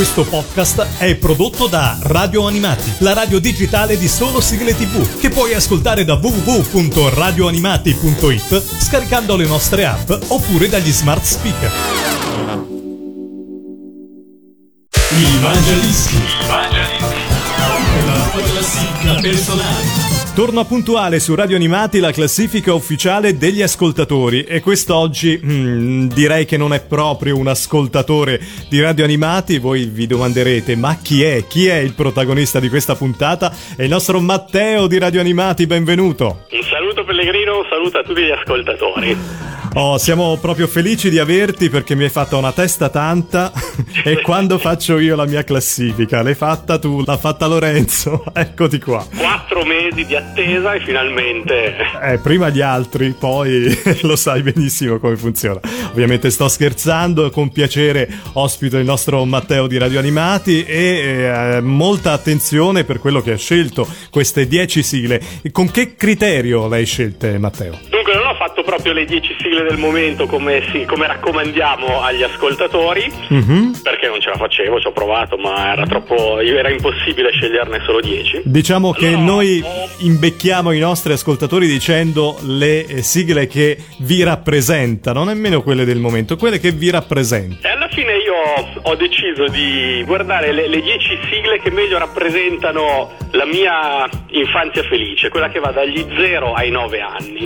Questo podcast è prodotto da Radio Animati, la radio digitale di solo sigle TV, che puoi ascoltare da www.radioanimati.it scaricando le nostre app oppure dagli smart speaker. Il Mangiadischi. La tua classifica personale. Torna puntuale su Radio Animati la classifica ufficiale degli ascoltatori, e quest'oggi direi che non è proprio un ascoltatore di Radio Animati. Voi vi domanderete: ma chi è? Chi è il protagonista di questa puntata? È il nostro Matteo di Radio Animati, benvenuto. Un saluto Pellegrino, un saluto a tutti gli ascoltatori. Oh, siamo proprio felici di averti perché mi hai fatta una testa tanta e quando faccio io la mia classifica, l'hai fatta tu, l'ha fatta Lorenzo, eccoti qua. 4 mesi di attesa e finalmente... Prima gli altri, poi lo sai benissimo come funziona. Ovviamente sto scherzando, con piacere ospito il nostro Matteo di Radio Animati e molta attenzione per quello che ha scelto, queste 10 sigle. Con che criterio le hai scelte, Matteo? Dunque non ho fatto proprio le 10 sigle del momento come raccomandiamo agli ascoltatori, perché non ce la facevo, ci ho provato, ma era impossibile sceglierne solo 10. Diciamo che noi imbecchiamo i nostri ascoltatori dicendo le sigle che vi rappresentano, nemmeno quelle del momento, quelle che vi rappresentano. E alla fine io ho deciso di guardare le 10 sigle che meglio rappresentano la mia infanzia felice, quella che va dagli 0 ai 9 anni.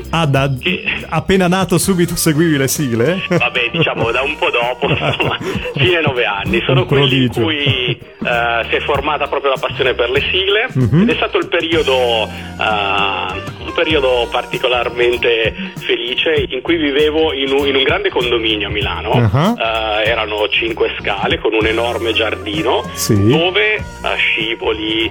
Appena nato subito seguivi le sigle? Vabbè, diciamo da un po' dopo, insomma, fine 9 anni. Sono quelli in cui si è formata proprio la passione per le sigle, ed è stato il periodo un periodo particolarmente felice in cui vivevo in un grande condominio a Milano. Erano 5 scale con un enorme giardino, dove scivoli,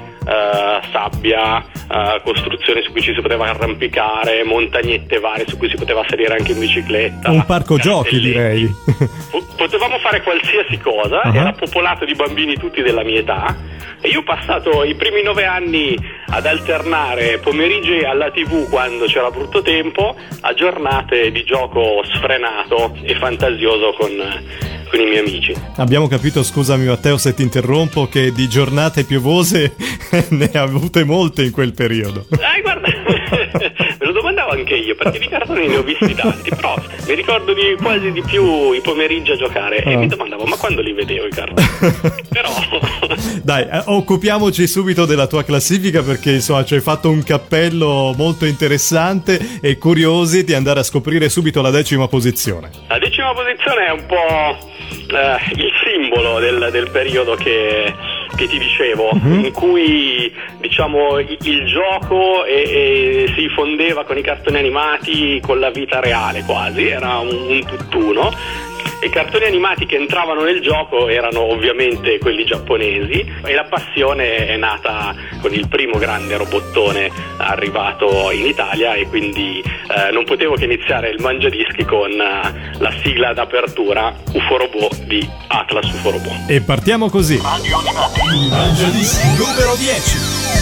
sabbia, costruzioni su cui ci si poteva arrampicare, montagnette varie su cui si poteva salire anche in bicicletta. Un parco giochi, direi. Potevamo fare qualsiasi cosa, era popolato di bambini tutti della mia età, e io ho passato i primi 9 anni ad alternare pomeriggi alla TV quando c'era brutto tempo a giornate di gioco sfrenato e fantasioso con i miei amici. Abbiamo capito, scusami Matteo se ti interrompo, che di giornate piovose ne ha avute molte in quel periodo. Guarda, me lo domandavo anche io, perché di cartoni ne ho visti tanti, però mi ricordo quasi di più i pomeriggi a giocare e mi domandavo: ma quando li vedevo i cartoni? Però dai, occupiamoci subito della tua classifica, perché insomma ci hai fatto un cappello molto interessante e curiosi di andare a scoprire subito la 10ª posizione. La 10ª posizione è un po' il simbolo del periodo che ti dicevo, in cui diciamo il gioco si fondeva con i cartoni animati con la vita reale, quasi era un tutt'uno. I cartoni animati che entravano nel gioco erano ovviamente quelli giapponesi, e la passione è nata con il primo grande robottone arrivato in Italia, e quindi non potevo che iniziare il Mangiadischi con la sigla d'apertura UFO Robot di Atlas UFO Robot. E partiamo così. Radio Animati, il Mangiadischi numero 10.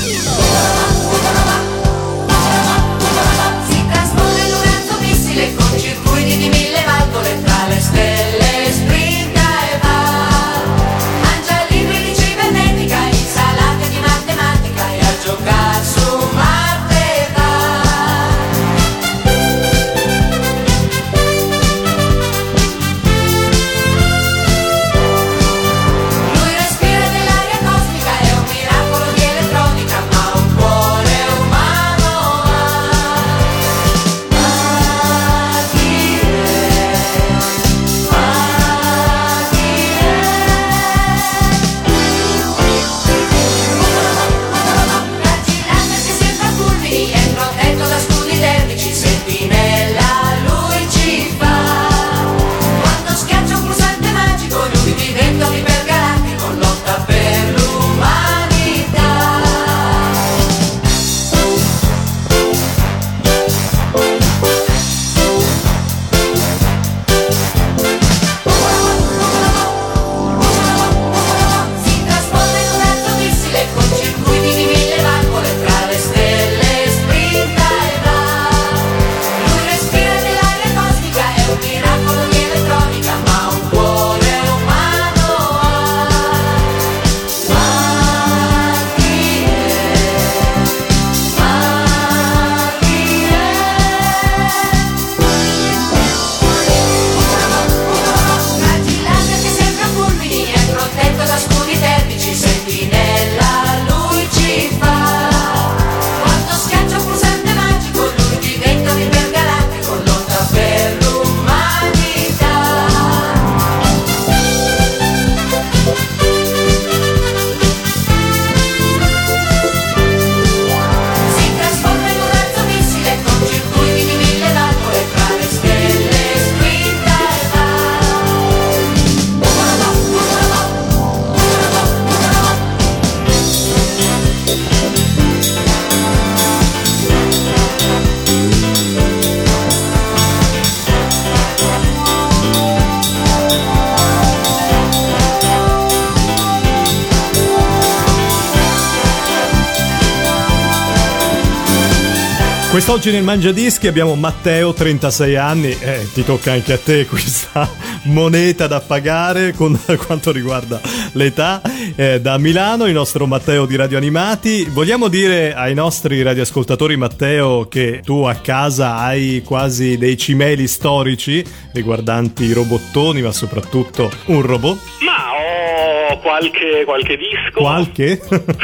Si trasforma in un razzo con circuiti di 1000 valvole tra le stelle. Quest'oggi nel Mangiadischi abbiamo Matteo, 36 anni, ti tocca anche a te questa moneta da pagare con quanto riguarda l'età, da Milano, il nostro Matteo di Radio Animati. Vogliamo dire ai nostri radioascoltatori, Matteo, che tu a casa hai quasi dei cimeli storici riguardanti i robottoni, ma soprattutto un robot? Ma ho qualche disco. Qualche?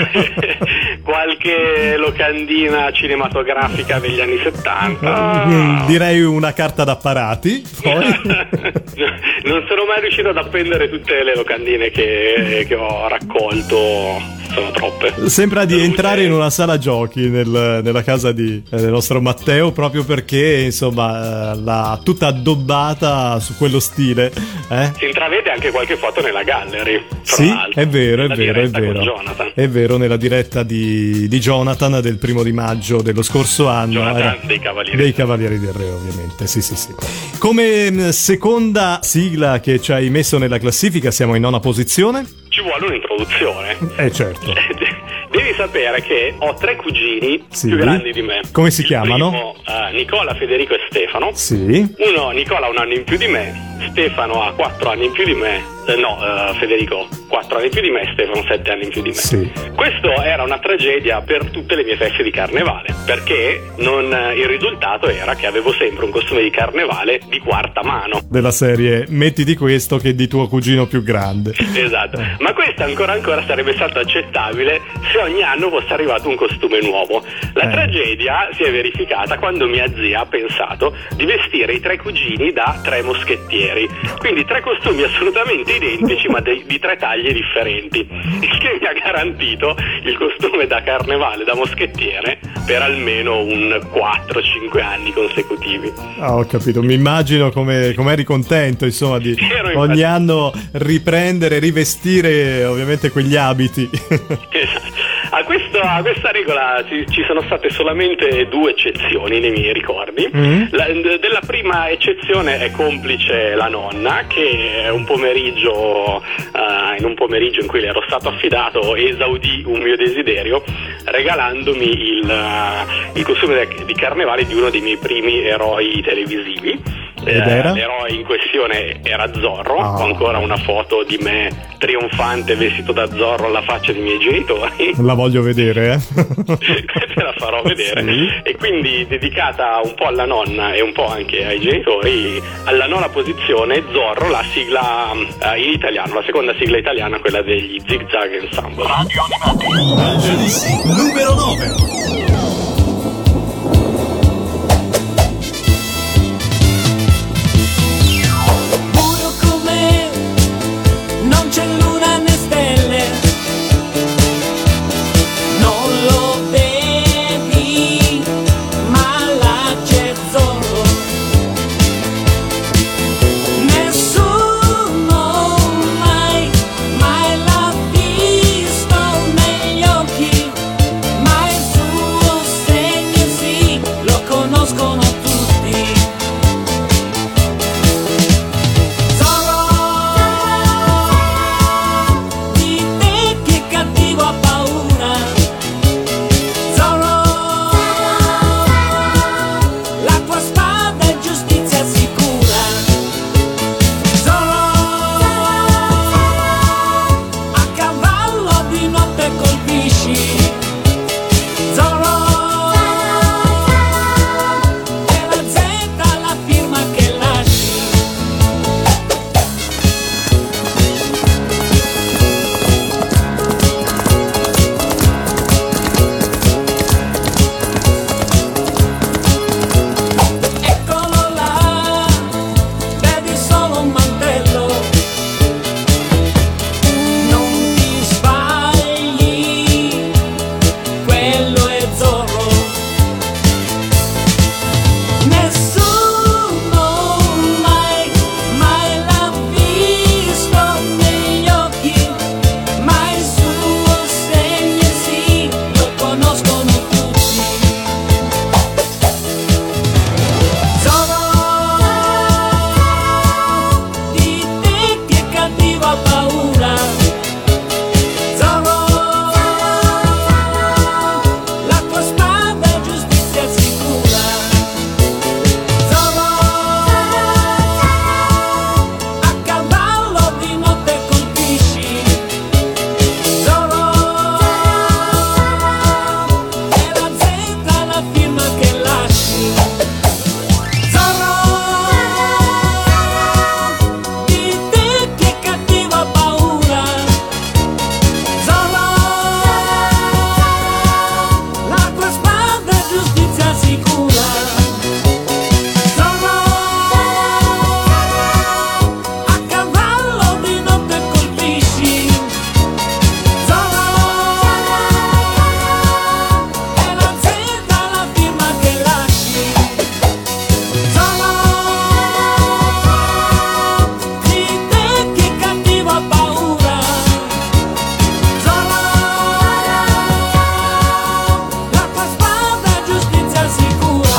Qualche locandina cinematografica degli anni 70. Direi una carta d'apparati. Poi. Non sono mai riuscito ad appendere tutte le locandine che ho raccolto, sono troppe. Sembra di entrare in una sala giochi nella casa del nostro Matteo, proprio perché insomma l'ha tutta addobbata su quello stile. Si intravede anche qualche foto nella gallery. Sì, è vero. Jonathan. È vero, nella diretta di Jonathan del 1° maggio dello scorso anno. Jonathan dei Cavalieri del Re, ovviamente. Sì. Come seconda sigla che ci hai messo nella classifica siamo in 9ª posizione. Ci vuole un'introduzione. Certo. Devi sapere che ho 3 cugini più grandi di me. Come si chiamano? Primo, Nicola, Federico e Stefano. Sì. Nicola ha 1 anno in più di me, Stefano ha 4 anni in più di me. Federico 4 anni in più di me, Stefano 7 anni in più di me. Sì. Questo era una tragedia per tutte le mie feste di carnevale, perché il risultato era che avevo sempre un costume di carnevale di quarta mano. Della serie mettiti questo che è di tuo cugino più grande. Esatto, ma questo ancora sarebbe stato accettabile se ogni anno fosse arrivato un costume nuovo. La tragedia si è verificata quando mia zia ha pensato di vestire i 3 cugini da 3 moschettieri, quindi 3 costumi assolutamente identici ma di 3 taglie differenti, il che mi ha garantito il costume da carnevale da moschettiere per almeno un 4-5 anni consecutivi. Ho capito, mi immagino come eri contento insomma di ogni anno rivestire ovviamente quegli abiti. Esatto. A questa regola ci sono state solamente 2 eccezioni nei miei ricordi. Della prima eccezione è complice la nonna, che in un pomeriggio in cui le ero stato affidato esaudì un mio desiderio regalandomi il costume di carnevale di uno dei miei primi eroi televisivi. L'eroe in questione era Zorro. Ho ancora una foto di me trionfante vestito da Zorro alla faccia dei miei genitori. La voglio vedere, Te la farò vedere. Sì. E quindi dedicata un po' alla nonna e un po' anche ai genitori, alla 9ª posizione Zorro, la sigla in italiano, la seconda sigla italiana, quella degli Zig Zag Ensemble. Radio Animati numero 9. Mai l'ha visto negli occhi, mai il suo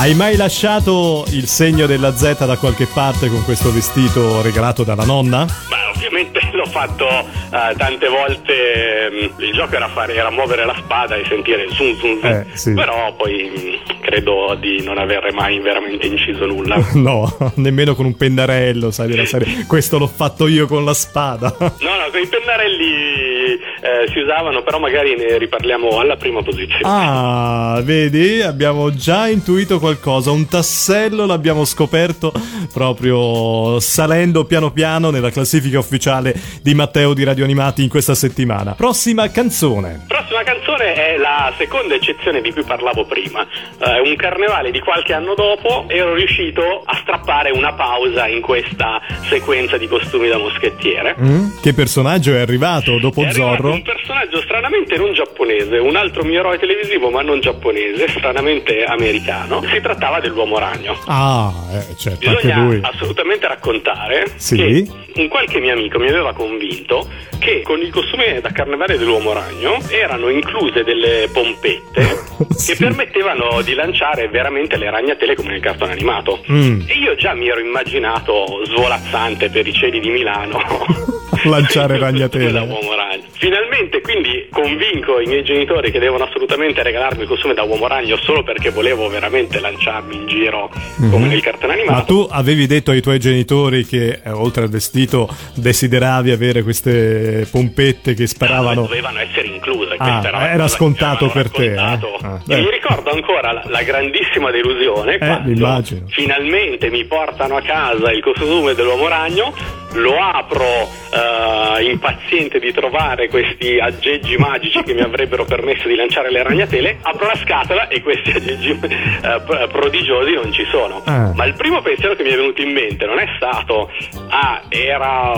Hai mai lasciato il segno della Z da qualche parte con questo vestito regalato dalla nonna? Beh, ovviamente l'ho fatto tante volte. Il gioco era muovere la spada e sentire il zoom zoom zoom. Sì. Però poi credo di non aver mai veramente inciso nulla. No, nemmeno con un pennarello, sai, della serie. Questo l'ho fatto io con la spada. No, con i pennarelli si usavano, però magari ne riparliamo alla prima posizione. Ah, vedi, abbiamo già intuito qualcosa, un tassello l'abbiamo scoperto proprio salendo piano piano nella classifica ufficiale di Matteo di Radio Animati in questa settimana. Prossima canzone è la seconda eccezione di cui parlavo prima. Un carnevale di qualche anno dopo ero riuscito a strappare una pausa in questa sequenza di costumi da moschettiere. Che personaggio è arrivato dopo Zorro? Un personaggio stranamente non giapponese, un altro mio eroe televisivo ma non giapponese, stranamente americano. Si trattava dell'Uomo Ragno. Ah, certo, bisogna anche lui assolutamente raccontare che un qualche mio amico mi aveva convinto che con il costume da carnevale dell'Uomo Ragno erano incluse delle pompette che permettevano di lanciare veramente le ragnatele come nel cartone animato. E io già mi ero immaginato svolazzante per i cieli di Milano lanciare ragnatele da Uomo Ragno. Finalmente quindi convinco i miei genitori che devono assolutamente regalarmi il costume da Uomo Ragno solo perché volevo veramente lanciarmi in giro come nel cartone animato. Ma tu avevi detto ai tuoi genitori che oltre al vestito desideravi avere queste pompette che sparavano? No, dovevano essere incluse. Era scontato per te. Mi ricordo ancora la grandissima delusione quando immagino. Finalmente mi portano a casa il costume dell'Uomo Ragno, lo apro impaziente di trovare questi aggeggi magici che mi avrebbero permesso di lanciare le ragnatele, apro la scatola e questi aggeggi prodigiosi non ci sono. Ma il primo pensiero che mi è venuto in mente non è stato era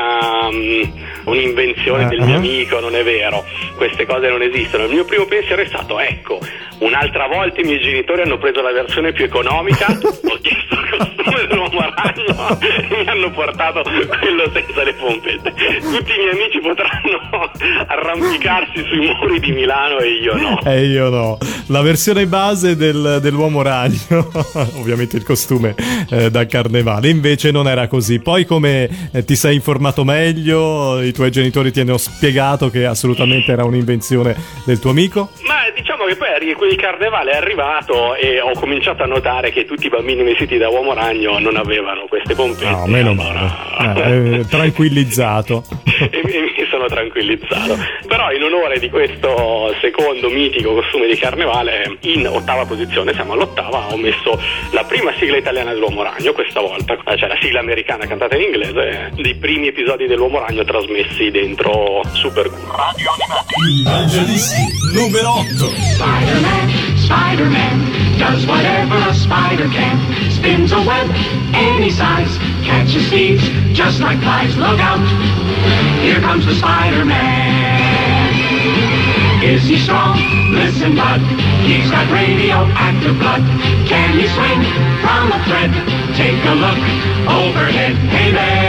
un'invenzione del mio amico, non è vero, queste cose non esistono. Il mio primo pensiero è stato un'altra volta i miei genitori hanno preso la versione più economica, ho chiesto il costume dell'Uomo Ragno e mi hanno portato quello senza le pompette. Tutti i miei amici potranno arrampicarsi sui muri di Milano e io no. Io no. La versione base dell'Uomo Ragno, ovviamente il costume da carnevale, invece non era così. Poi come ti sei informato meglio, i tuoi genitori ti hanno spiegato che assolutamente era un'invenzione del tuo amico? Ma diciamo che poi il carnevale è arrivato e ho cominciato a notare che tutti i bambini vestiti da Uomo Ragno non avevano queste pompette. No, meno male. Tranquillizzato. e mi sono tranquillizzato. Però in onore di questo secondo mitico costume di carnevale, in ottava posizione, siamo all'ottava, ho messo la prima sigla italiana dell'Uomo Ragno, questa volta, cioè la sigla americana cantata in inglese, dei primi episodi dell'Uomo Ragno trasmessi dentro Super Cool. Radio Animati. Angelisti, numero 8. Spider-Man, Spider-Man, does whatever a spider can. Spins a web any size, catches thieves just like flies. Look out, here comes the Spider-Man. Is he strong? Listen, bud, he's got radioactive blood. Can he swing from a thread? Take a look overhead. Hey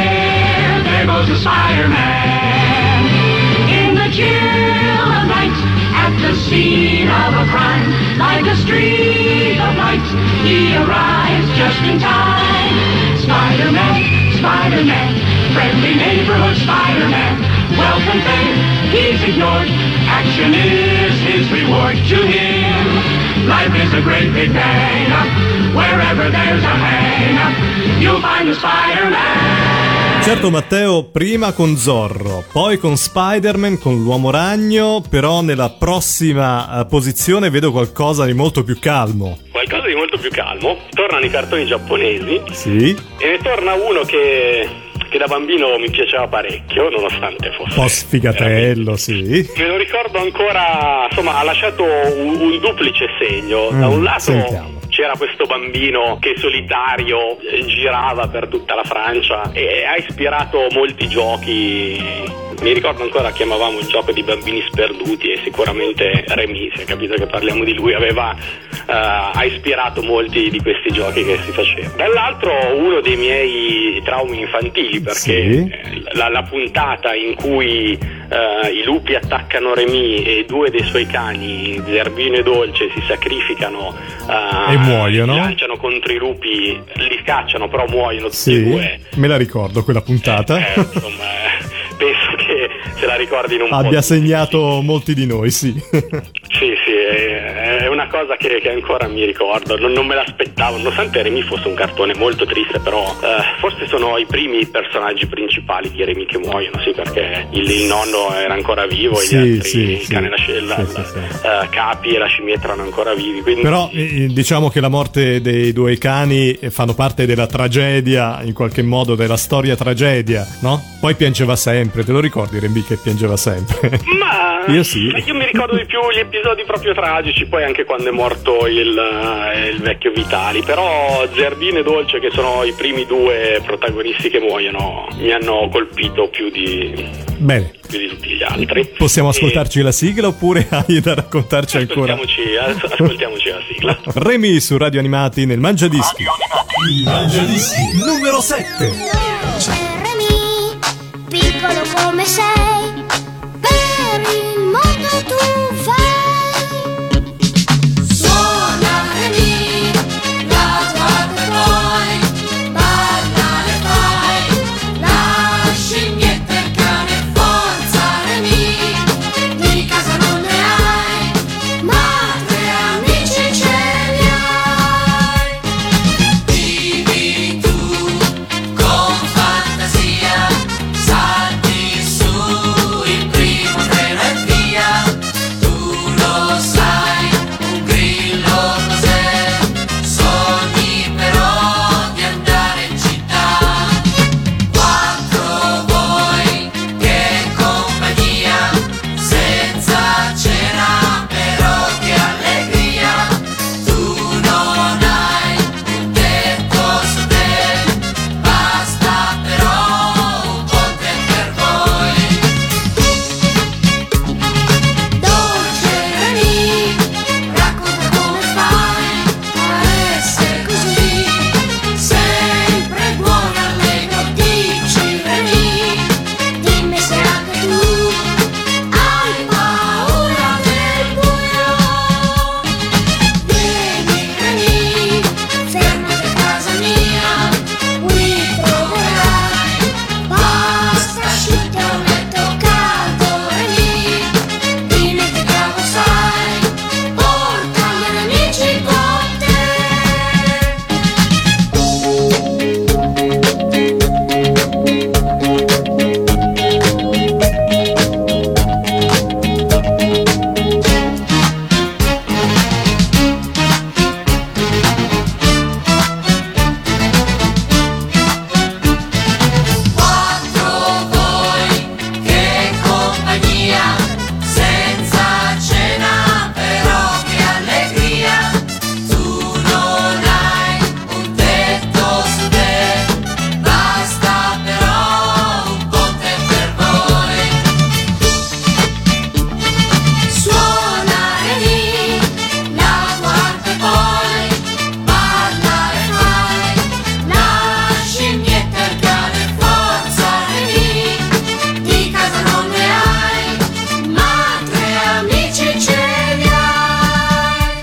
there goes the Spider-Man. In the chill of night, at the scene of a crime, like a streak of light, he arrives just in time. Spider-Man, Spider-Man, friendly neighborhood Spider-Man. Wealth and fame, he's ignored. Action is his reward to him. Life is a great big hang-up. Wherever there's a hang-up, you'll find the Spider-Man. Certo Matteo, prima con Zorro, poi con Spider-Man, con l'Uomo Ragno, però nella prossima posizione vedo qualcosa di molto più calmo. Qualcosa di molto più calmo. Tornano i cartoni giapponesi. Sì. E ne torna uno che da bambino mi piaceva parecchio, nonostante fosse un po' sfigatello, sì. Me lo ricordo ancora, insomma, ha lasciato un duplice segno. Da un lato c'era questo bambino che solitario girava per tutta la Francia e ha ispirato molti giochi mi ricordo ancora, chiamavamo il gioco di bambini sperduti, e sicuramente Remy, si è capito che parliamo di lui, ha ispirato molti di questi giochi che si facevano. Dall'altro, uno dei miei traumi infantili, perché la puntata in cui i lupi attaccano Remy e due dei suoi cani, Zerbino e Dolce, si sacrificano e muoiono, lanciano contro i lupi, li cacciano però muoiono tutti sì, e due. Me la ricordo quella puntata. Insomma, penso che se la ricordi in un po'. Abbia segnato molti di noi, sì. Sì, è una cosa che ancora mi ricordo, non me l'aspettavo, nonostante Remy fosse un cartone molto triste, però forse sono i primi personaggi principali di Remy che muoiono, sì, perché il nonno era ancora vivo, e gli altri, il cane e la Capi e la scimmietta erano ancora vivi. Quindi... Però diciamo che la morte dei due cani fanno parte della tragedia, in qualche modo, della storia tragedia, no? Poi piangeva sempre, te lo ricordi Remy che piangeva sempre? Ma io sì. Io mi ricordo di più gli episodi proprio tragici, poi anche quando è morto il vecchio Vitali, però Zerbino e Dolce, che sono i primi due protagonisti che muoiono, mi hanno colpito più di tutti gli altri. Possiamo ascoltarci la sigla oppure hai da raccontarci ancora? Ascoltiamoci la sigla. Remy su Radio Animati nel Mangiadischi. Il Mangiadischi numero 7. C'è Remy, piccolo come sei, per il mondo tu fai. Suona Remy, la guarda e poi ballare fai. La scimmietta e il cane, forza Remy, di casa non ne hai, ma tre amici ce li hai. Vivi tu con fantasia, salti su il primo treno e via. Tu lo sai, un grillo cos'è? Sogni però di andare in città. Quattro voi, che compagnia, senza cena però che allegria. Tu non hai un tetto su te, basta però un ponte per voi. Dolce Remy, racconta come fai a essere così, sempre buona, allegro, dici Remy. Dimmi se anche tu hai paura del buio. Vieni Remy, fermati a casa mia, qui troverai pasta asciutta e un letto caldo. Remy, dimmi che bravo sai, porta gli amici con te. Quattro voi, che compagnia, senza cena però che allegria. Tu non hai un tetto su te, basta però un ponte per voi. Suona Remy, la guarda e poi ballare fai. La scimmietta e il cane, forza Remy, di casa non ne hai, ma tre amici ce li hai.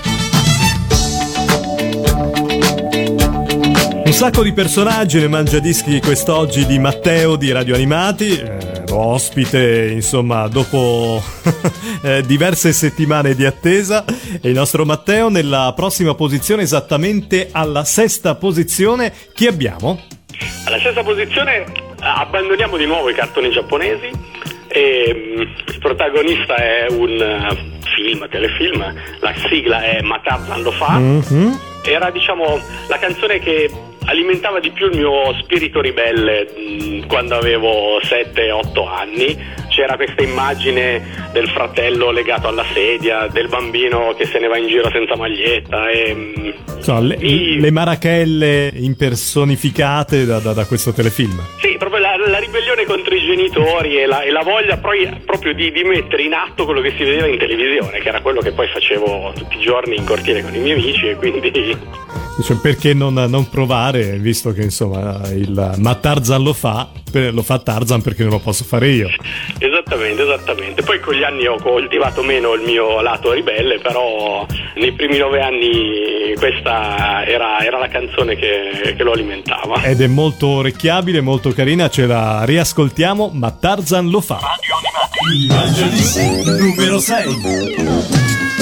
Un sacco di personaggi nel Mangiadischi quest'oggi di Matteo di Radio Animati, ospite insomma dopo diverse settimane di attesa, e il nostro Matteo nella prossima posizione, esattamente alla sesta posizione. Chi abbiamo? Alla sesta posizione abbandoniamo di nuovo i cartoni giapponesi, e il protagonista è un telefilm, la sigla è Ma Tarzan lo fa. Era, diciamo, la canzone che alimentava di più il mio spirito ribelle quando avevo 7-8 anni. C'era questa immagine del fratello legato alla sedia, del bambino che se ne va in giro senza maglietta, e le marachelle impersonificate da questo telefilm. sì, proprio la ribellione contro i genitori e la voglia proprio di mettere in atto quello che si vedeva in televisione, che era quello che poi facevo tutti i giorni in cortile con i miei amici, e quindi dice, perché non provare, visto che insomma ma Tarzan lo fa Tarzan, perché non lo posso fare io. Esattamente. Poi con gli anni ho coltivato meno il mio lato ribelle, però nei primi 9 anni questa era la canzone che lo alimentava. Ed è molto orecchiabile, molto carina, ce la riascoltiamo, ma Tarzan lo fa. Radio Animati, numero 6.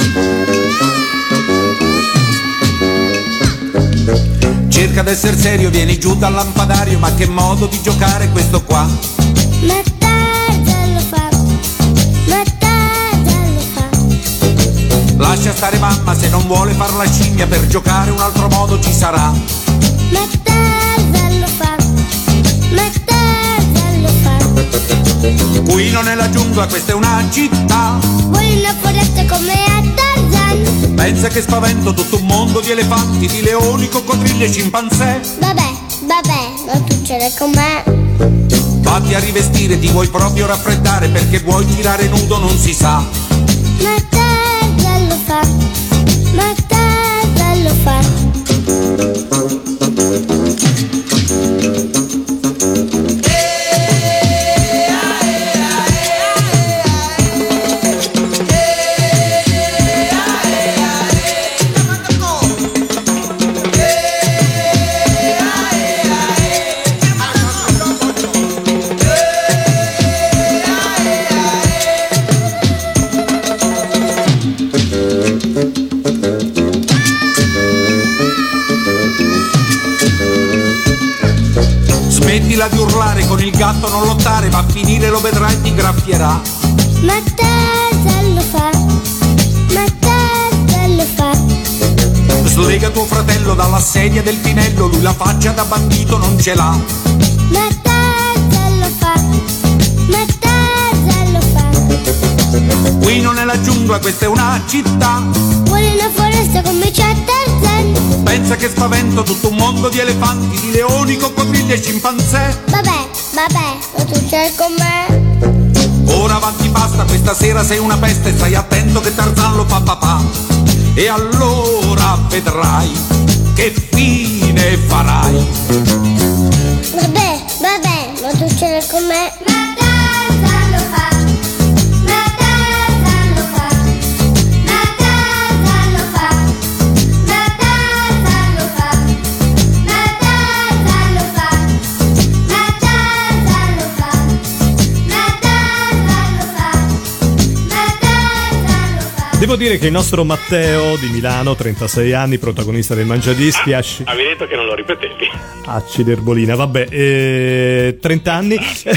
Cerca d'essere serio, vieni giù dal lampadario, ma che modo di giocare è questo qua? Ma Tarzan lo fa, ma Tarzan lo fa. Lascia stare mamma, se non vuole far la scimmia, per giocare un altro modo ci sarà. Ma Tarzan lo fa, ma Tarzan lo fa. Qui non è la giungla, questa è una città. Vuoi una foresta come a Tarzan? Pensa che spavento tutto un mondo di elefanti, di leoni, coccodrilli e scimpanzé. Vabbè, non succede con me. Vatti a rivestire, ti vuoi proprio raffreddare, perché vuoi tirare nudo non si sa. Ma Tarzan lo fa, ma Tarzan lo fa. Smettila di urlare, con il gatto non lottare, va a finire, lo vedrai, ti graffierà. Ma Tarzan lo fa, ma Tarzan lo fa. Slega tuo fratello dalla sedia del tinello, lui la faccia da bandito non ce l'ha. Ma Tarzan lo fa, ma Tarzan lo fa. Qui non è la giungla, questa è una città. Vuole una foresta come c'è Tarzan? Pensa che spavento tutto un mondo di elefanti, di leoni, coccodrilli e scimpanzé. Vabbè, non succede con me. Ora avanti basta, questa sera sei una peste, stai attento che Tarzan lo fa papà. E allora vedrai che fine farai. Vabbè, non succede con me. Ma Tarzan lo fa, ma Tarzan lo fa, ma Tarzan lo fa, ma Tarzan lo fa, ma Tarzan lo fa, ma Tarzan lo fa, ma Tarzan lo fa, ma Tarzan lo fa. Devo dire che il nostro Matteo di Milano, 36 anni, protagonista del Mangiadischi, avevi detto che non lo ripetevi. Acciderbolina, vabbè, 30 anni,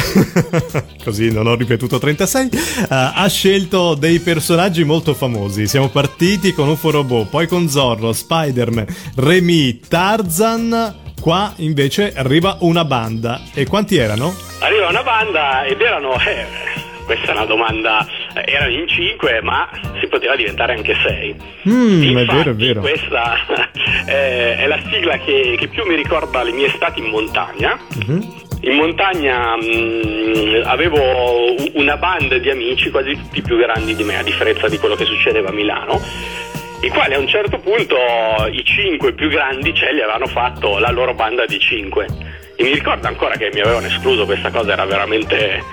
così non ho ripetuto 36, ha scelto dei personaggi molto famosi. Siamo partiti con UFO Robot, poi con Zorro, Spider-Man, Remy, Tarzan. Qua invece arriva una banda. E quanti erano? Arriva una banda ed erano... questa è una domanda, erano in 5, ma si poteva diventare anche 6. Infatti, è vero. Questa è la sigla che più mi ricorda le mie estati in montagna. In montagna avevo una banda di amici, quasi tutti più grandi di me, a differenza di quello che succedeva a Milano, i quali a un certo punto i 5 più grandicelli avevano fatto la loro banda di 5. E mi ricordo ancora che mi avevano escluso, questa cosa era veramente...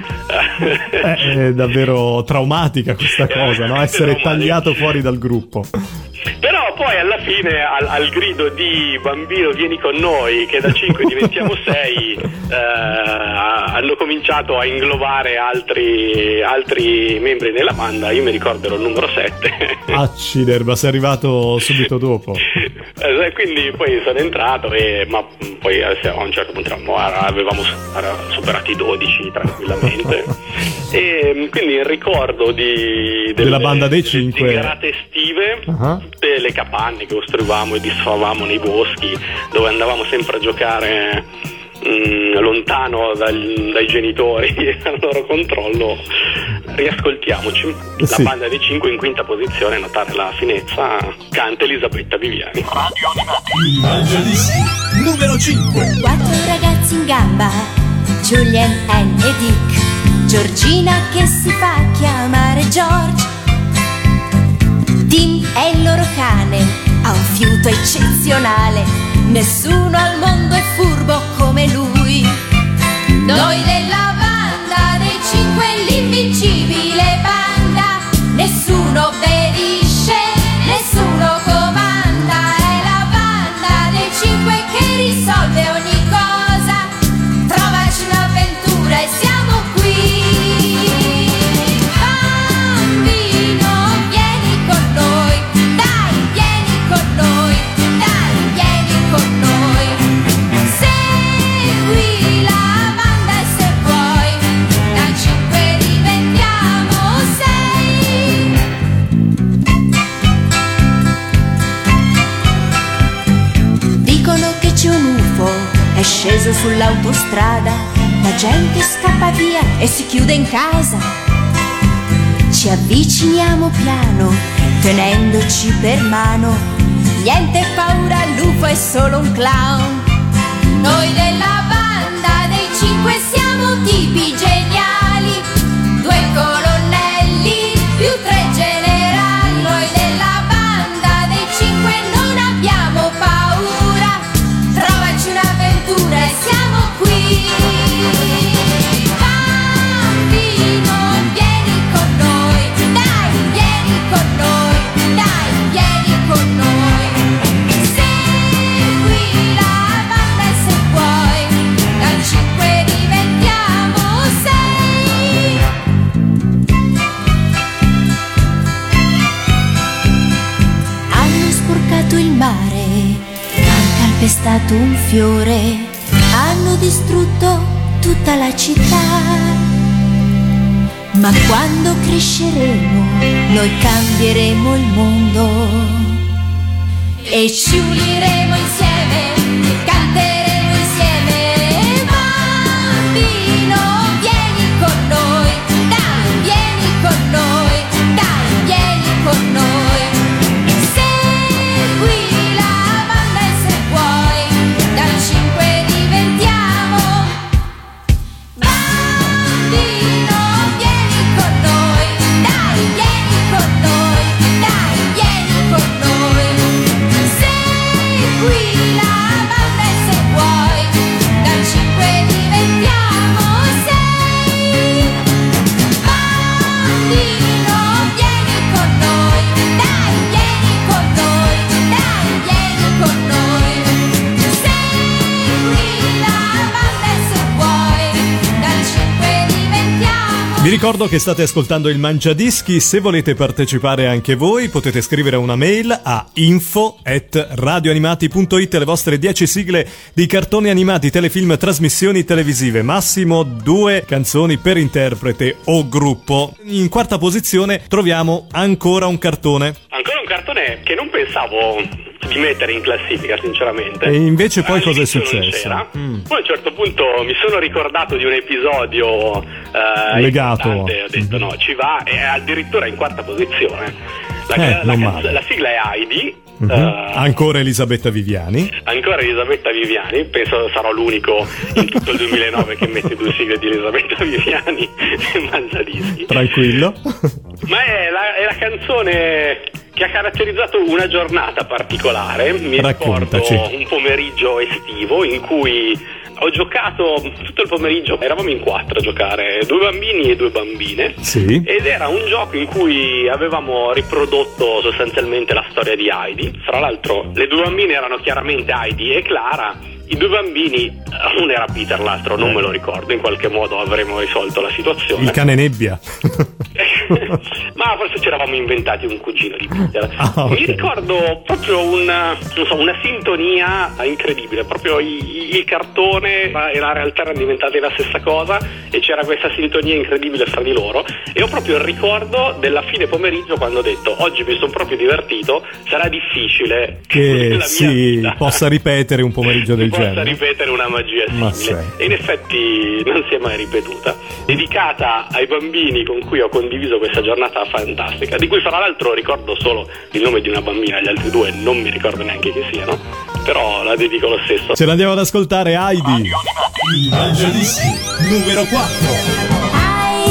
È davvero traumatica questa cosa, no? Essere tagliato fuori dal gruppo. Però poi alla fine al grido di bambino vieni con noi, che da 5 diventiamo 6, hanno cominciato a inglobare altri membri della banda. Io mi ricordo ero il numero 7. Acciderba, sei arrivato subito dopo. Quindi poi sono entrato, ma poi a un certo punto avevamo superati i 12 tranquillamente. E quindi il ricordo della banda dei 5, di serate estive, tutte le capanne che costruivamo e disfavamo nei boschi, dove andavamo sempre a giocare lontano dai genitori e dal loro controllo. Riascoltiamoci la banda dei 5 in quinta posizione, notare la finezza, canta Elisabetta Viviani. Radio Animati, Mangiadischi, numero 5. 4 ragazzi in gamba, Julian, Anne e Dick, Giorgina che si fa chiamare George. Tim è il loro cane, ha un fiuto eccezionale, nessuno al mondo è furbo come lui. Noi della banda dei 5, l'invincibile banda, nessuno obbedisce, nessuno comanda, è la banda dei 5 che risolve ogni cosa. Trovaci un'avventura e siamo qui. Bambino, vieni con noi, dai, vieni con noi, dai, vieni con noi. Segui la banda e se vuoi, da 5 diventiamo 6. Dicono che c'è un UFO, è sceso sull'autostrada, la gente scappa via e si chiude in casa. Ci avviciniamo piano, tenendoci per mano, niente paura, l'UFO è solo un clown. Noi della banda dei 5 siamo tipi geniali, 2 colonnelli più 3 generali. Noi della banda dei 5 non abbiamo paura, trovaci un'avventura e siamo qui. Bambino, vieni con noi, dai, vieni con noi, dai, vieni con noi. Segui la banda e se vuoi, da 5 diventiamo 6. Hanno sporcato il mare, han calpestato un fiore, hanno distrutto tutta la città. Ma quando cresceremo, noi cambieremo il mondo e ci uniremo insieme, canteremo insieme. Bambino, vieni con noi, dai, vieni con noi, dai, vieni con noi. Segui la banda e se vuoi, da 5 diventiamo. Bambino, vieni con noi, dai, vieni con noi, dai, vieni con noi. Segui la banda e se vuoi, da 5 diventiamo 6. Bambino, vieni con noi, dai, vieni con noi, dai, vieni con noi. Segui la banda e se vuoi, da 5 diventiamo. Vi ricordo che state ascoltando il Mangiadischi. Se volete partecipare anche voi potete scrivere una mail a info@radioanimati.it, le vostre 10 sigle di cartoni animati, telefilm, trasmissioni televisive, massimo 2 canzoni per interprete o gruppo. In quarta posizione troviamo ancora un cartone. Ancora un cartone che non pensavo di mettere in classifica, sinceramente. E invece poi cosa è All'inizio non successo? c'era. Poi a un certo punto mi sono ricordato di un episodio Legato. importante, ho detto no, ci va, e addirittura in quarta posizione. Non male. La sigla è Heidi. Ancora Elisabetta Viviani. Ancora Elisabetta Viviani, penso sarò l'unico in tutto il 2009 che mette 2 sigle di Elisabetta Viviani in Mangiadischi. Tranquillo. Ma è la canzone che ha caratterizzato una giornata particolare. Mi Raccontaci. ricordo un pomeriggio estivo in cui ho giocato tutto il pomeriggio, eravamo in 4 a giocare, 2 bambini e 2 bambine. Sì. Ed era un gioco in cui avevamo riprodotto sostanzialmente la storia di Heidi. Fra l'altro le 2 bambine erano chiaramente Heidi e Clara. I 2 bambini, uno era Peter, l'altro non me lo ricordo, in qualche modo avremo risolto la situazione. Il cane nebbia. Ma forse ci eravamo inventati un cugino di Peter. Ah, ok. Mi ricordo proprio una sintonia incredibile, proprio il cartone e la realtà erano diventate la stessa cosa e c'era questa sintonia incredibile fra di loro, e ho proprio il ricordo della fine pomeriggio quando ho detto oggi mi sono proprio divertito, sarà difficile Che la si mia vita possa ripetere un pomeriggio del possa genere. ripetere una magia Ma simile. sì. E in effetti non si è mai ripetuta. Dedicata ai bambini con cui ho condiviso questa giornata fantastica, di cui fra l'altro ricordo solo il nome di una bambina, gli altri 2 non mi ricordo neanche chi siano, però la dedico lo stesso. Ce l'andiamo ad ascoltare, Heidi. Il Mangiadischi numero 4.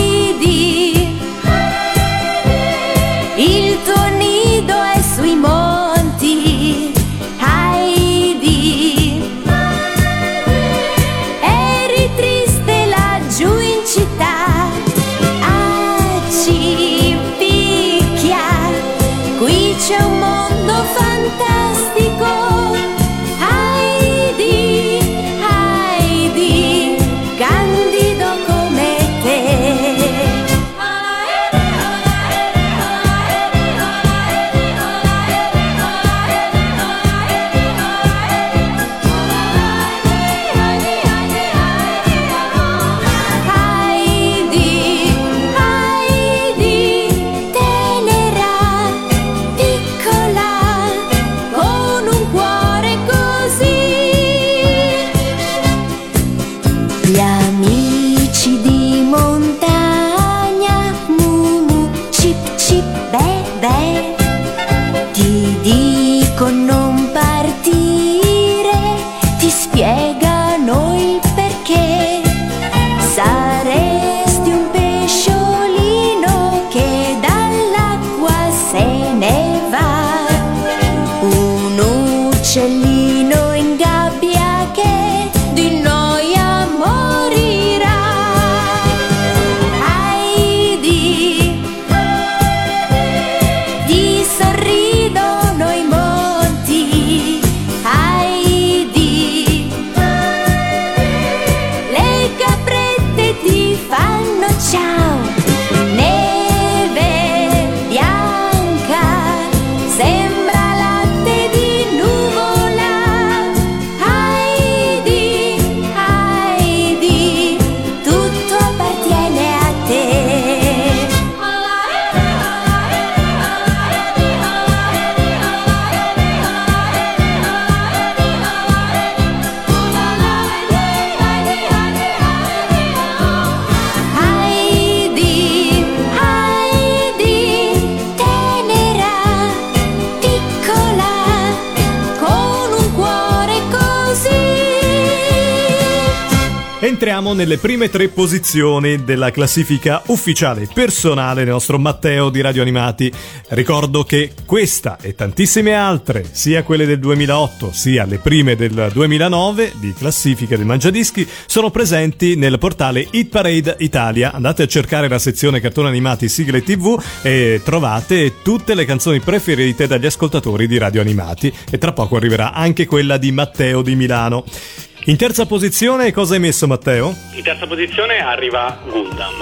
Entriamo nelle prime 3 posizioni della classifica ufficiale personale del nostro Matteo di Radio Animati. Ricordo che questa e tantissime altre, sia quelle del 2008 sia le prime del 2009 di classifica del Mangiadischi, sono presenti nel portale Hit Parade Italia. Andate a cercare la sezione cartoni animati, sigle TV e trovate tutte le canzoni preferite dagli ascoltatori di Radio Animati, e tra poco arriverà anche quella di Matteo di Milano. In terza posizione cosa hai messo, Matteo? In terza posizione arriva Gundam.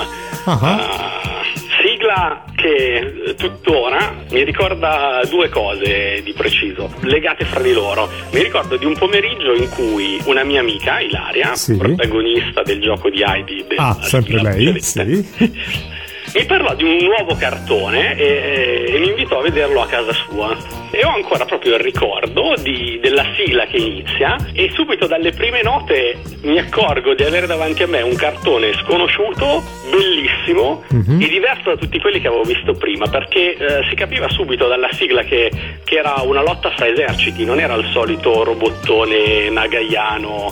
Sigla che tuttora mi ricorda 2 cose di preciso, legate fra di loro. Mi ricordo di un pomeriggio in cui una mia amica, Ilaria, protagonista del gioco di Heidi, sempre lei, sì. Mi parlò di un nuovo cartone e mi invitò a vederlo a casa sua. E ho ancora proprio il ricordo della sigla che inizia, e subito dalle prime note mi accorgo di avere davanti a me un cartone sconosciuto, bellissimo e diverso da tutti quelli che avevo visto prima, perché si capiva subito dalla sigla che era una lotta fra eserciti, non era il solito robottone nagaiano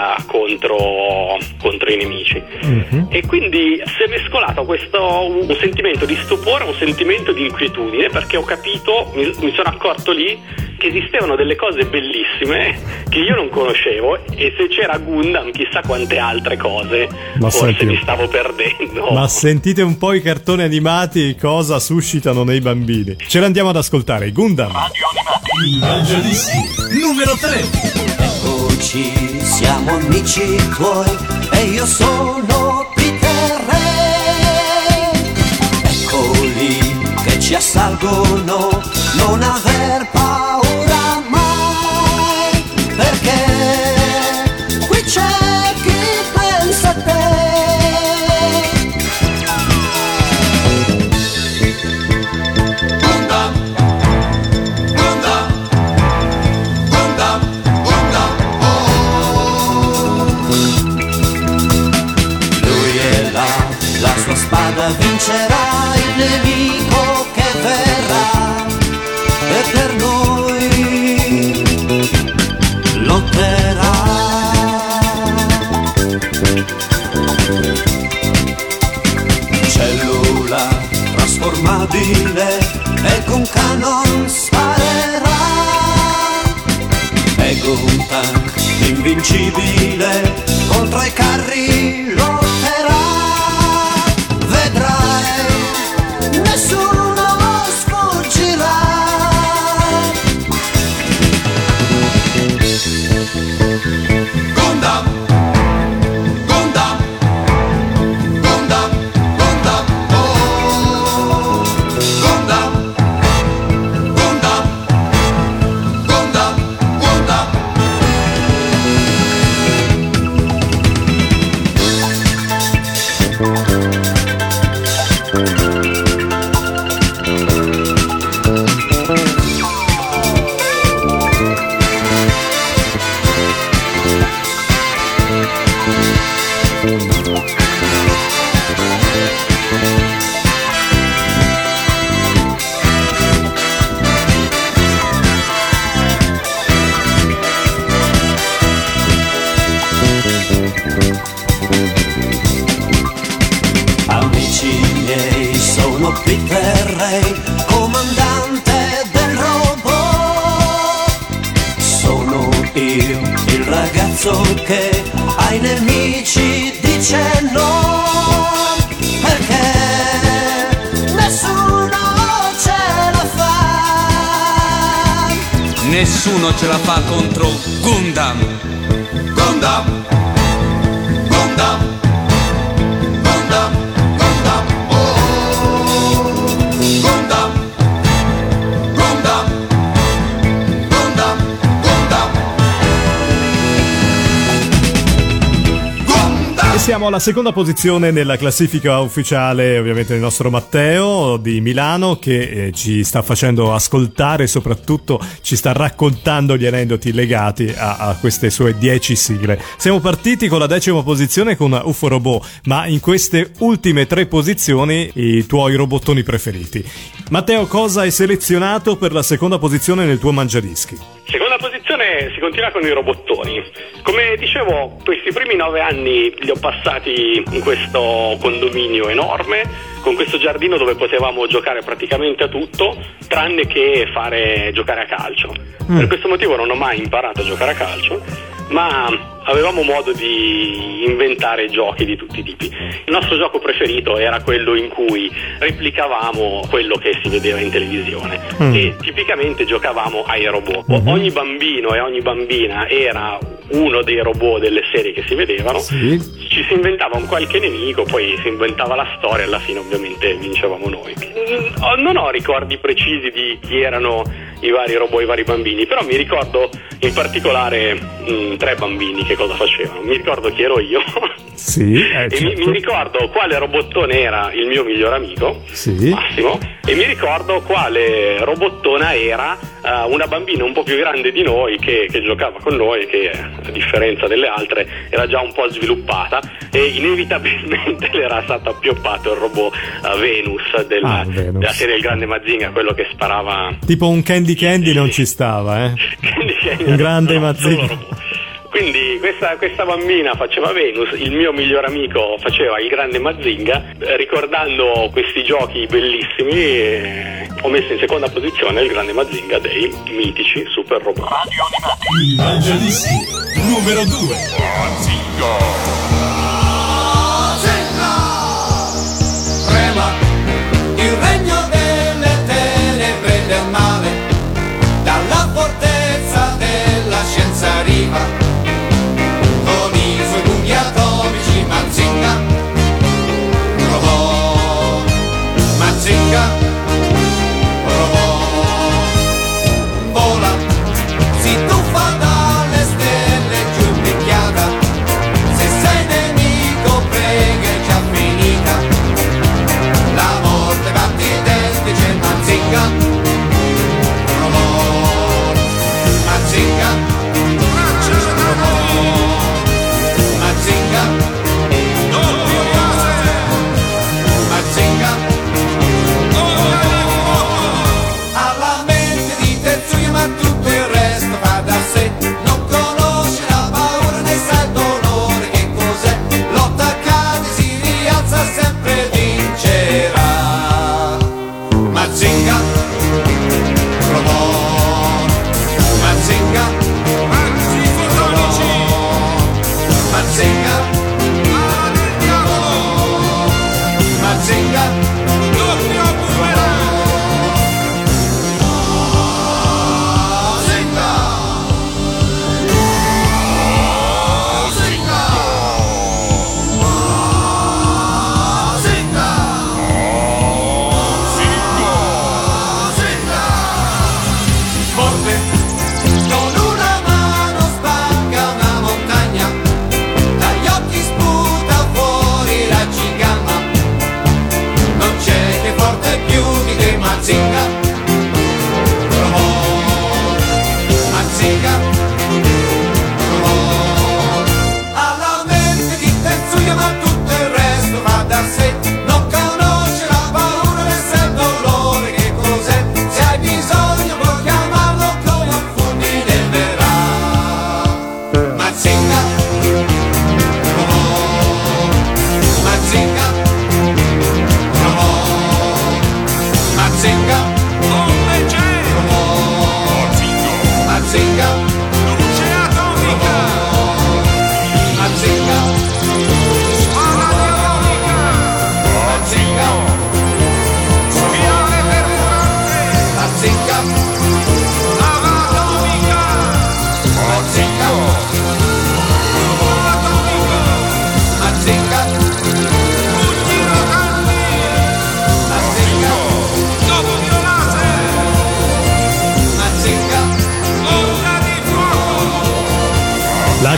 contro i nemici. E quindi si è mescolato un sentimento di stupore, un sentimento di inquietudine, perché ho capito, mi sono accorto lì che esistevano delle cose bellissime che io non conoscevo, e se c'era Gundam chissà quante altre cose forse mi stavo perdendo. Ma sentite un po' i cartoni animati cosa suscitano nei bambini. Ce l'andiamo ad ascoltare, Gundam. Radio Animati, il Mangiadischi numero 3. Eccoci, siamo amici tuoi e io sono Peter Ray. Eccoli che ci assalgono, non aver paura mai, perché qui c'è chi pensa a te. Gundam, Gundam, Gundam, Gundam, oh. Lui è là, la sua spada vincerà il nemico che verrà, e per noi lotterà. Cellula trasformabile e con canon sparerà, e un tank invincibile contro i carri lotterà. Vedrai, nessuno sfuggirà. Gundam, Gundam, Gundam, Gundam, oh. Gundam, Gundam, Gundam, Gundam. Amici miei, sono Peter Ray, comandante del robot. Sono io, il ragazzo che ai nemici dice no, perché nessuno ce la fa. Nessuno ce la fa contro Gundam. Gundam, Gundam, Gundam, Gundam, oh. Gundam, Gundam, Gundam, Gundam, Gundam. E siamo alla seconda posizione nella classifica ufficiale, ovviamente del nostro Matteo di Milano, che ci sta facendo ascoltare e soprattutto ci sta raccontando gli aneddoti legati a queste sue 10 sigle. Siamo partiti con la 10ª posizione con UFO Robot, ma in queste ultime 3 posizioni i tuoi robottoni preferiti. Matteo, cosa hai selezionato per la seconda posizione nel tuo Mangiadischi? Seconda posizione si continua con i robottoni. Come dicevo, questi primi 9 anni li ho passati in questo condominio enorme, con questo giardino dove potevamo giocare praticamente a tutto, tranne che giocare a calcio. Per questo motivo non ho mai imparato a giocare a calcio, ma avevamo modo di inventare giochi di tutti i tipi. Il nostro gioco preferito era quello in cui replicavamo quello che si vedeva in televisione e tipicamente giocavamo ai robot. Ogni bambino e ogni bambina era uno dei robot delle serie che si vedevano, ci si inventava un qualche nemico, poi si inventava la storia, alla fine ovviamente vincevamo noi. Non ho ricordi precisi di chi erano i vari robot e i vari bambini, però mi ricordo in particolare 3 bambini che cosa facevano. Mi ricordo chi ero io e mi ricordo quale robottone era il mio miglior amico, Massimo, e mi ricordo quale robottona era una bambina un po' più grande di noi che giocava con noi, che a differenza delle altre era già un po' sviluppata, e inevitabilmente le era stato appioppato il robot Venus della serie Il Grande Mazinga, quello che sparava tipo un Candy non ci stava, un grande Mazinga. Quindi questa bambina faceva Venus, il mio miglior amico faceva Il Grande Mazinga. Ricordando questi giochi bellissimi, ho messo in seconda posizione Il Grande Mazinga dei mitici Super Robot. Radio Animati, il Mangiadischi numero 2. Mazinga. Trema il regno delle tenebre del male, dalla fortezza della scienza arriva. Mazinga, robot, Mazinga, robot, vola, si tuffa dalle stelle giù in picchiata, se sei nemico prega è già finita, la morte batti i denti, c'è Mazinga, robot, Mazinga, robot, Mazinga. Alla mente di Tetsuya ma tutto il resto va da sé, non conosce la paura né sa il dolore che cos'è, lotta cade, si rialza, sempre vincerà. Mazinga, robot, Mazinga, robot, Mazinga. Mazinga, doppio boomerang. Mazinga, Mazinga, Mazinga,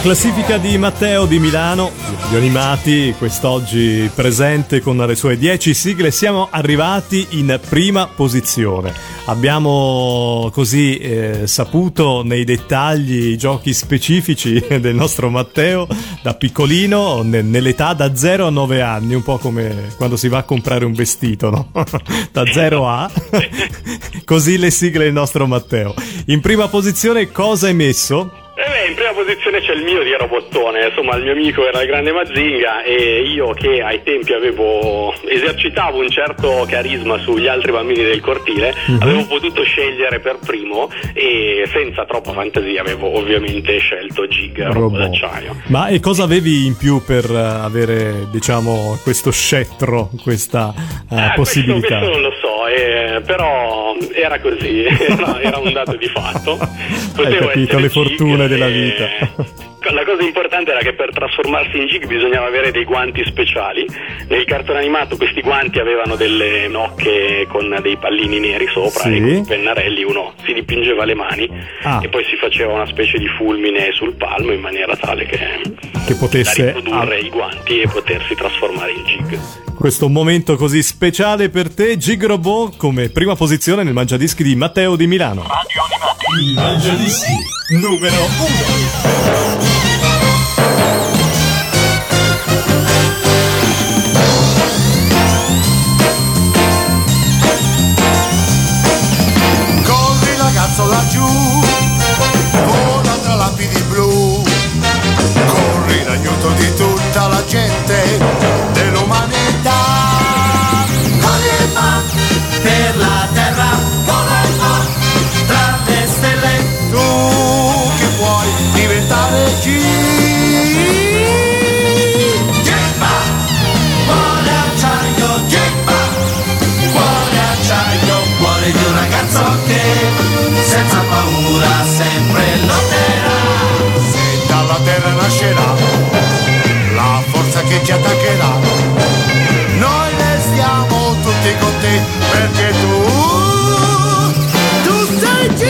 classifica di Matteo di Milano, di Animati, quest'oggi presente con le sue 10 sigle. Siamo arrivati in prima posizione. Abbiamo così saputo nei dettagli i giochi specifici del nostro Matteo da piccolino, nell'età da 0 a 9 anni, un po' come quando si va a comprare un vestito, no? Da 0 a così le sigle del nostro Matteo. In prima posizione cosa hai messo? In prima posizione c'è il mio di Robottone, insomma il mio amico era il grande Mazinga e io che ai tempi esercitavo un certo carisma sugli altri bambini del cortile, avevo potuto scegliere per primo e senza troppa fantasia avevo ovviamente scelto Gig Robot d'acciaio. Ma e cosa avevi in più per avere, diciamo, questo scettro, questa possibilità? Questo non lo so, però era così, era un dato di fatto. Hai capito le fortune della vita. La cosa importante era che per trasformarsi in Gig bisognava avere dei guanti speciali. Nel cartone animato questi guanti avevano delle nocche con dei pallini neri sopra, e con i pennarelli uno si dipingeva le mani e poi si faceva una specie di fulmine sul palmo in maniera tale che potesse riprodurre i guanti e potersi trasformare in Gig. Questo momento così speciale per te, Gig Robot come prima posizione nel Mangiadischi di Matteo di Milano. Radio Animati, il Mangiadischi numero 1. Laggiù, vola tra lapidi blu, corri l'aiuto di tutta la gente dell'umanità. Vola per la terra, vola tra le stelle, tu che puoi diventare G. Gippa, cuore acciaio, Gippa, cuore acciaio, cuore di un ragazzo che senza paura sempre lotterà. Se dalla terra nascerà la forza che ci attaccherà, noi restiamo tutti con te perché tu sei G.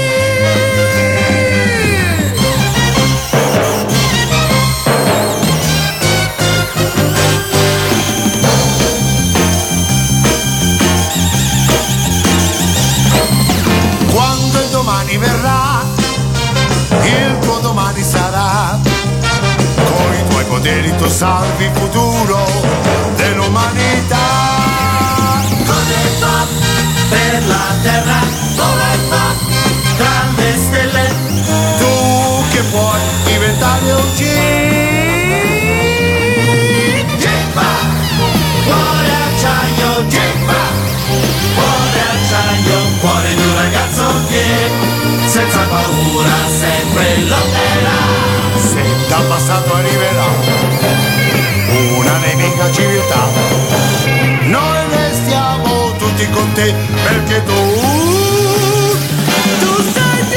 Quando il domani verrà, il tuo domani sarà, coi tuoi poteri tu salvi il futuro dell'umanità. Vola per la terra, vola tra le stelle, tu che puoi diventare un G. Gippa, cuore acciaio, Gippa, cuore acciaio, cuore di un ragazzo che senza paura sempre lotterà. Se dal passato arriverà una nemica civiltà, noi restiamo tutti con te perché tu sei G.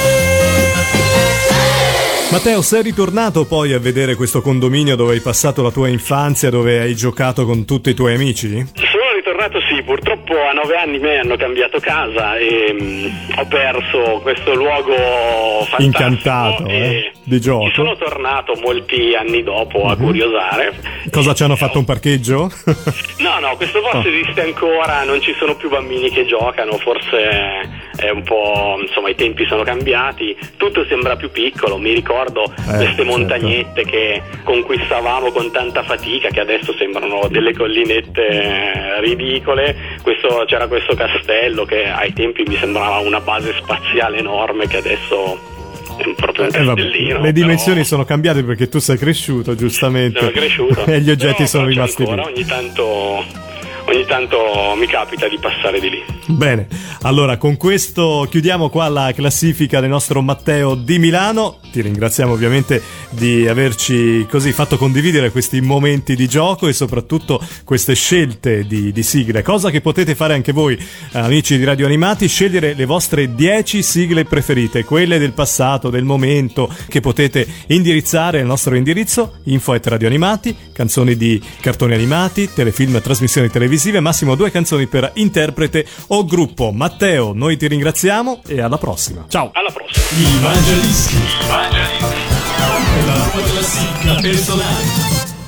Matteo, sei ritornato poi a vedere questo condominio dove hai passato la tua infanzia, dove hai giocato con tutti i tuoi amici? Sono ritornato, sì, purtroppo a 9 anni me hanno cambiato casa e ho perso questo luogo fantastico. Incantato, di gioco. Ci sono tornato molti anni dopo a curiosare. Cosa ci hanno fatto, un parcheggio? No, questo posto esiste ancora, non ci sono più bambini che giocano, forse è un po', insomma, i tempi sono cambiati, tutto sembra più piccolo. Mi ricordo queste montagnette che conquistavamo con tanta fatica, che adesso sembrano delle collinette ridicole. C'era questo castello che ai tempi mi sembrava una base spaziale enorme, che adesso è proprio un castellino. Le dimensioni sono cambiate perché tu sei cresciuto, giustamente. Sono cresciuto e gli oggetti però sono rimasti ancora, lì. Ogni tanto mi capita di passare di lì. Bene, allora con questo chiudiamo qua la classifica del nostro Matteo di Milano. Ti ringraziamo ovviamente di averci così fatto condividere questi momenti di gioco e soprattutto queste scelte di sigle, cosa che potete fare anche voi, amici di Radio Animati, scegliere le vostre 10 sigle preferite, quelle del passato, del momento, che potete indirizzare al nostro indirizzo info@radioanimati, canzoni di cartoni animati, telefilm, trasmissioni televisive, massimo 2 canzoni per interprete o gruppo. Matteo, noi ti ringraziamo e alla prossima. Ciao. Alla prossima. Il Mangiadischi. La tua classifica personale.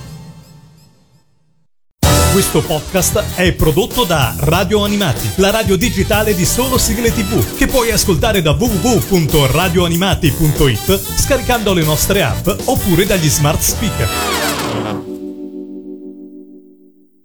Questo podcast è prodotto da Radio Animati, la radio digitale di solo sigle TV, che puoi ascoltare da www.radioanimati.it scaricando le nostre app oppure dagli smart speaker.